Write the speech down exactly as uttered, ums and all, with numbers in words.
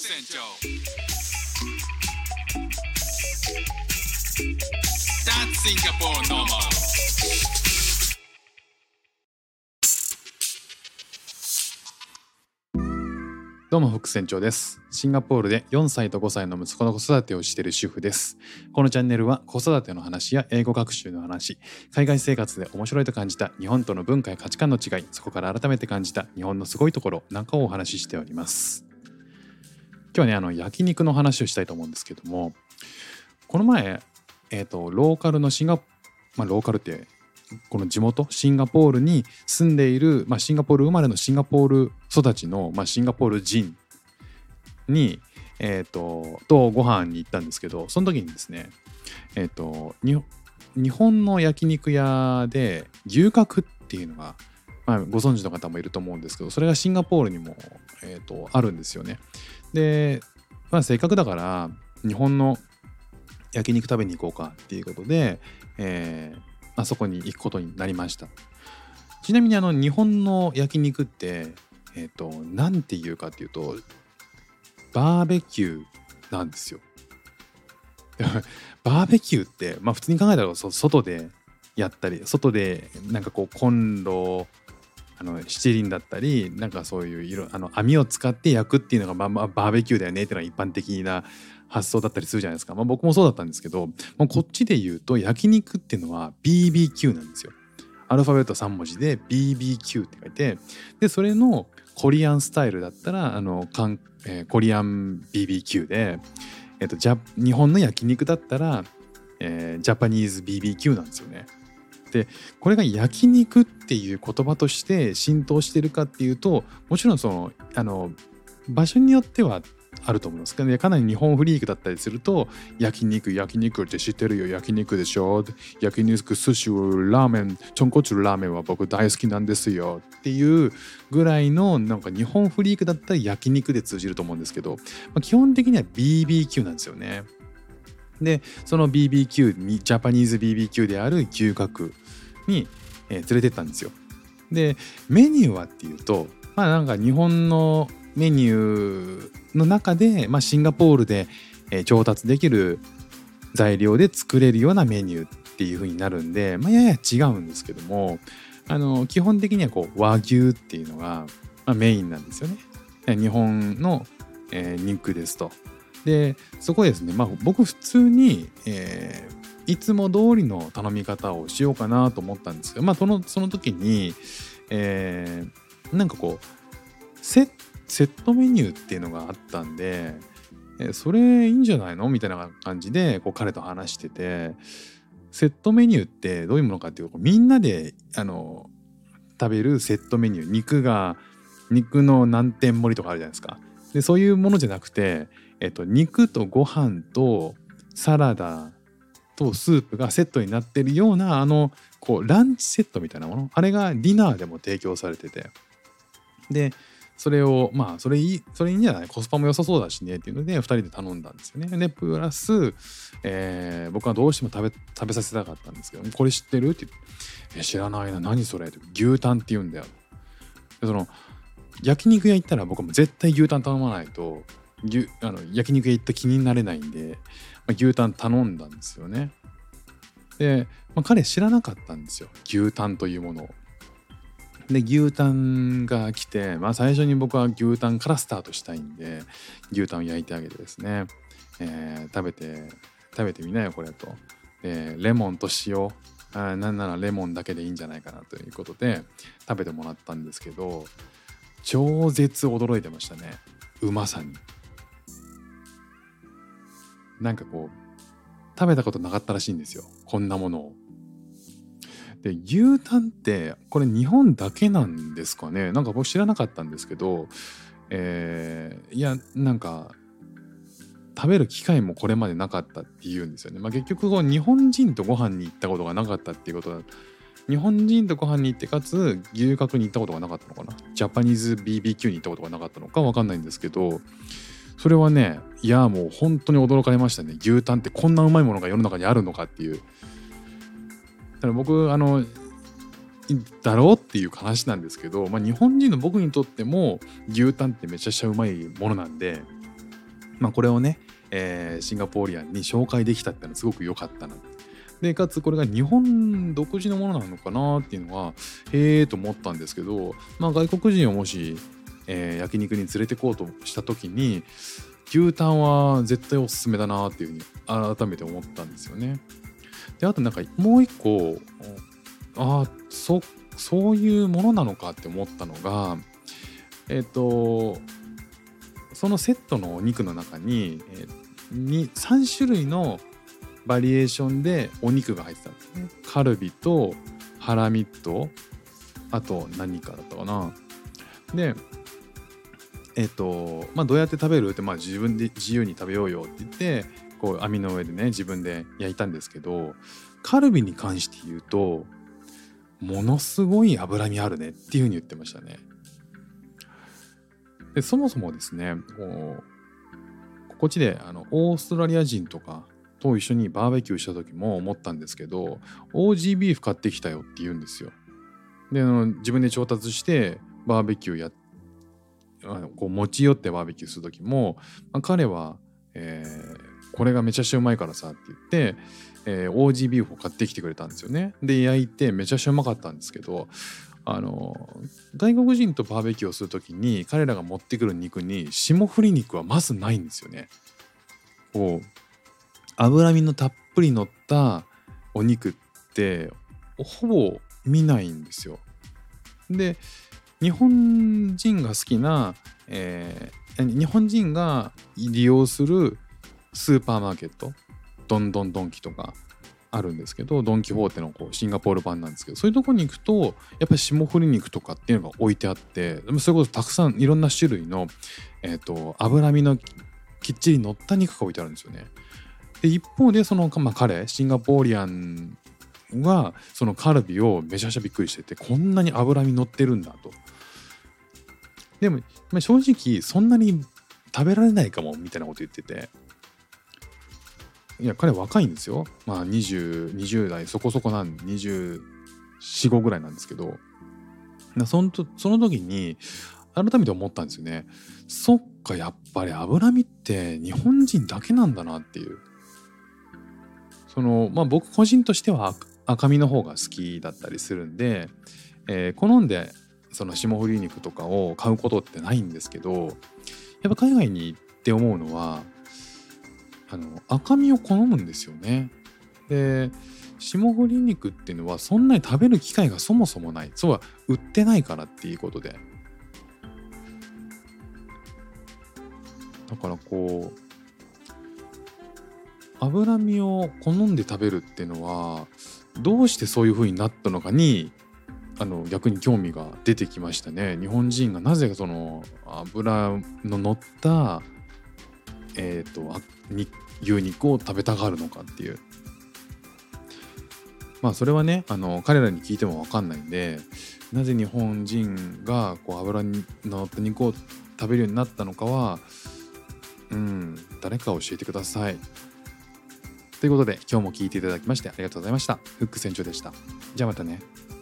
船長 That's Singapore normal。 どうも副船長です。シンガポールでよんさいとごさいの息子の子育てをしている主婦です。このチャンネルは子育ての話や英語学習の話、海外生活で面白いと感じた日本との文化や価値観の違い、そこから改めて感じた日本のすごいところなんかをお話ししております。今日はね、あの焼肉の話をしたいと思うんですけども、この前、えーと、ローカルのシンガ、まあ、ローカルってこの地元シンガポールに住んでいる、まあ、シンガポール生まれのシンガポール育ちの、まあ、シンガポール人に、えーと、とご飯に行ったんですけど、その時にですね、えーと、に日本の焼肉屋で牛角っていうのが、まあ、ご存知の方もいると思うんですけど、それがシンガポールにも、えーと、あるんですよね。で、まあ、せっかくだから日本の焼肉食べに行こうかっていうことで、えー、あそこに行くことになりました。ちなみにあの日本の焼肉って、えっと、なんていうかっていうと、バーベキューなんですよ。バーベキューって、まあ普通に考えたら外でやったり、外でなんかこうコンロ、あの七輪だったり、なんかそういう色あの網を使って焼くっていうのが、まあ、まあバーベキューだよねっていうのが一般的な発想だったりするじゃないですか。まあ、僕もそうだったんですけど、もうこっちで言うと焼肉っていうのは ビービーキュー なんですよ。アルファベットさん文字で ビービーキュー って書いて、でそれのコリアンスタイルだったらあのかん、えー、コリアン ビービーキュー で、えーと、じゃ日本の焼肉だったら、えー、ジャパニーズ ビービーキュー なんですよね。でこれが焼肉っていう言葉として浸透してるかっていうと、もちろんそのあの場所によってはあると思いますけどね。かなり日本フリークだったりすると、焼肉焼肉って知ってるよ、焼肉でしょ、焼肉寿司ラーメン豚骨ラーメンは僕大好きなんですよっていうぐらいのなんか日本フリークだったら焼肉で通じると思うんですけど、まあ、基本的には ビービーキュー なんですよね。でその ビービーキュー にジャパニーズ ビービーキュー である牛角に、えー、連れてったんですよ。でメニューはっていうと、まあなんか日本のメニューの中で、まあ、シンガポールで、えー、調達できる材料で作れるようなメニューっていう風になるんで、まあ、やや違うんですけども、あの基本的にはこう和牛っていうのが、まあ、メインなんですよね。日本の、えー、肉ですと。でそこですね、まあ、僕普通に、えー、いつも通りの頼み方をしようかなと思ったんですけど、まあ、そのその時に、えー、なんかこうセッセットメニューっていうのがあったんで、えそれいいんじゃないのみたいな感じでこう彼と話してて、セットメニューってどういうものかっていうと、みんなであの食べるセットメニュー、肉が肉の何点盛りとかあるじゃないですか。でそういうものじゃなくて、えっと、肉とご飯とサラダとスープがセットになってるような、あのこうランチセットみたいなもの、あれがディナーでも提供されてて、でそれをまあそれいいそれいいんじゃない、コスパも良さそうだしねっていうのでふたりで頼んだんですよね。でプラス、えー、僕はどうしても食べ食べさせたかったんですけど、これ知ってるって言って、知らないな、何それって、牛タンって言うんだよ。でその焼肉屋行ったら僕はもう絶対牛タン頼まないと牛あの焼肉屋行った気になれないんで、まあ、牛タン頼んだんですよね。で、まあ、彼知らなかったんですよ、牛タンというものを。で牛タンが来て、まあ、最初に僕は牛タンからスタートしたいんで牛タンを焼いてあげてですね、えー、食べて食べてみなよこれと、でレモンと塩、あなんならレモンだけでいいんじゃないかなということで食べてもらったんですけど、超絶驚いてましたね、うまさに。なんかこう食べたことなかったらしいんですよ、こんなものを。で牛タンってこれ日本だけなんですかね。なんか僕知らなかったんですけど、えー、いやなんか食べる機会もこれまでなかったっていうんですよね。まあ、結局こう日本人とご飯に行ったことがなかったっていうことは、日本人とご飯に行ってかつ牛角に行ったことがなかったのかな、ジャパニーズ ビービーキュー に行ったことがなかったのか分かんないんですけど、それはね、いやもう本当に驚かれましたね。牛タンってこんなうまいものが世の中にあるのかっていう。だから僕あのだろうっていう話なんですけど、まあ、日本人の僕にとっても牛タンってめちゃくちゃうまいものなんで、 まあこれをね、えーシンガポーリアンに紹介できたってのはすごく良かったな。でかつこれが日本独自のものなのかなっていうのはへえと思ったんですけど、まあ外国人をもし、えー焼肉に連れてこうとした時に牛タンは絶対おすすめだなっていうふうに改めて思ったんですよね。であとなんかもう一個、ああそそういうものなのかって思ったのが、えっ、とそのセットのお肉の中に、えー、にさん種類のバリエーションでお肉が入ってたんですね。カルビとハラミとあと何かだったかな。でえっ、とまあどうやって食べるって、まあ自分で自由に食べようよって言ってこう網の上でね自分で焼いたんですけど、カルビに関して言うとものすごい脂身あるねっていう風に言ってましたね。でそもそもですね、こうこっちであのオーストラリア人とかと一緒にバーベキューした時も思ったんですけど、 オージー ビーフ買ってきたよって言うんですよ。であの自分で調達してバーベキューやあのこう持ち寄ってバーベキューする時も、まあ、彼は、えーこれがめちゃくちゃうまいからさって言って、えー、オージー ビーフを買ってきてくれたんですよね。で焼いてめちゃくちゃうまかったんですけど、あの外国人とバーベキューをする時に彼らが持ってくる肉に霜降り肉はまずないんですよね。こう脂身のたっぷり乗ったお肉ってほぼ見ないんですよ。で日本人が好きな、えー日本人が利用するスーパーマーケット、ドンドンドンキとかあるんですけど、ドンキホーテのこうシンガポール版なんですけど、そういうとこに行くとやっぱり霜降り肉とかっていうのが置いてあって、でもそれこそたくさんいろんな種類の、えーと脂身のきっちり乗った肉が置いてあるんですよね。で一方でその、まあ、彼シンガポーリアンはそのカルビをめちゃくちゃびっくりしてて、こんなに脂身乗ってるんだと。でも、まあ、正直そんなに食べられないかもみたいなこと言ってて、いや彼若いんですよ。まあ 20, 20代そこそこなんでにじゅうよん、ごぐらいなんですけど、そのとその時に改めて思ったんですよね。そっか、やっぱり脂身って日本人だけなんだなっていう。そのまあ僕個人としては赤身の方が好きだったりするんで、えー、好んでその霜降り肉とかを買うことってないんですけど、やっぱ海外に行って思うのはあの赤身を好むんですよね。で霜降り肉っていうのはそんなに食べる機会がそもそもない、そうは売ってないからっていうことで、だからこう脂身を好んで食べるっていうのはどうしてそういう風になったのかにあの逆に興味が出てきましたね。日本人がなぜその脂の乗ったえっとに牛肉を食べたがるのかっていう。まあそれはねあの彼らに聞いても分かんないんで、なぜ日本人がこう脂に乗った肉を食べるようになったのかはうん誰か教えてください。ということで今日も聞いていただきましてありがとうございました。フック船長でした。じゃあまたね。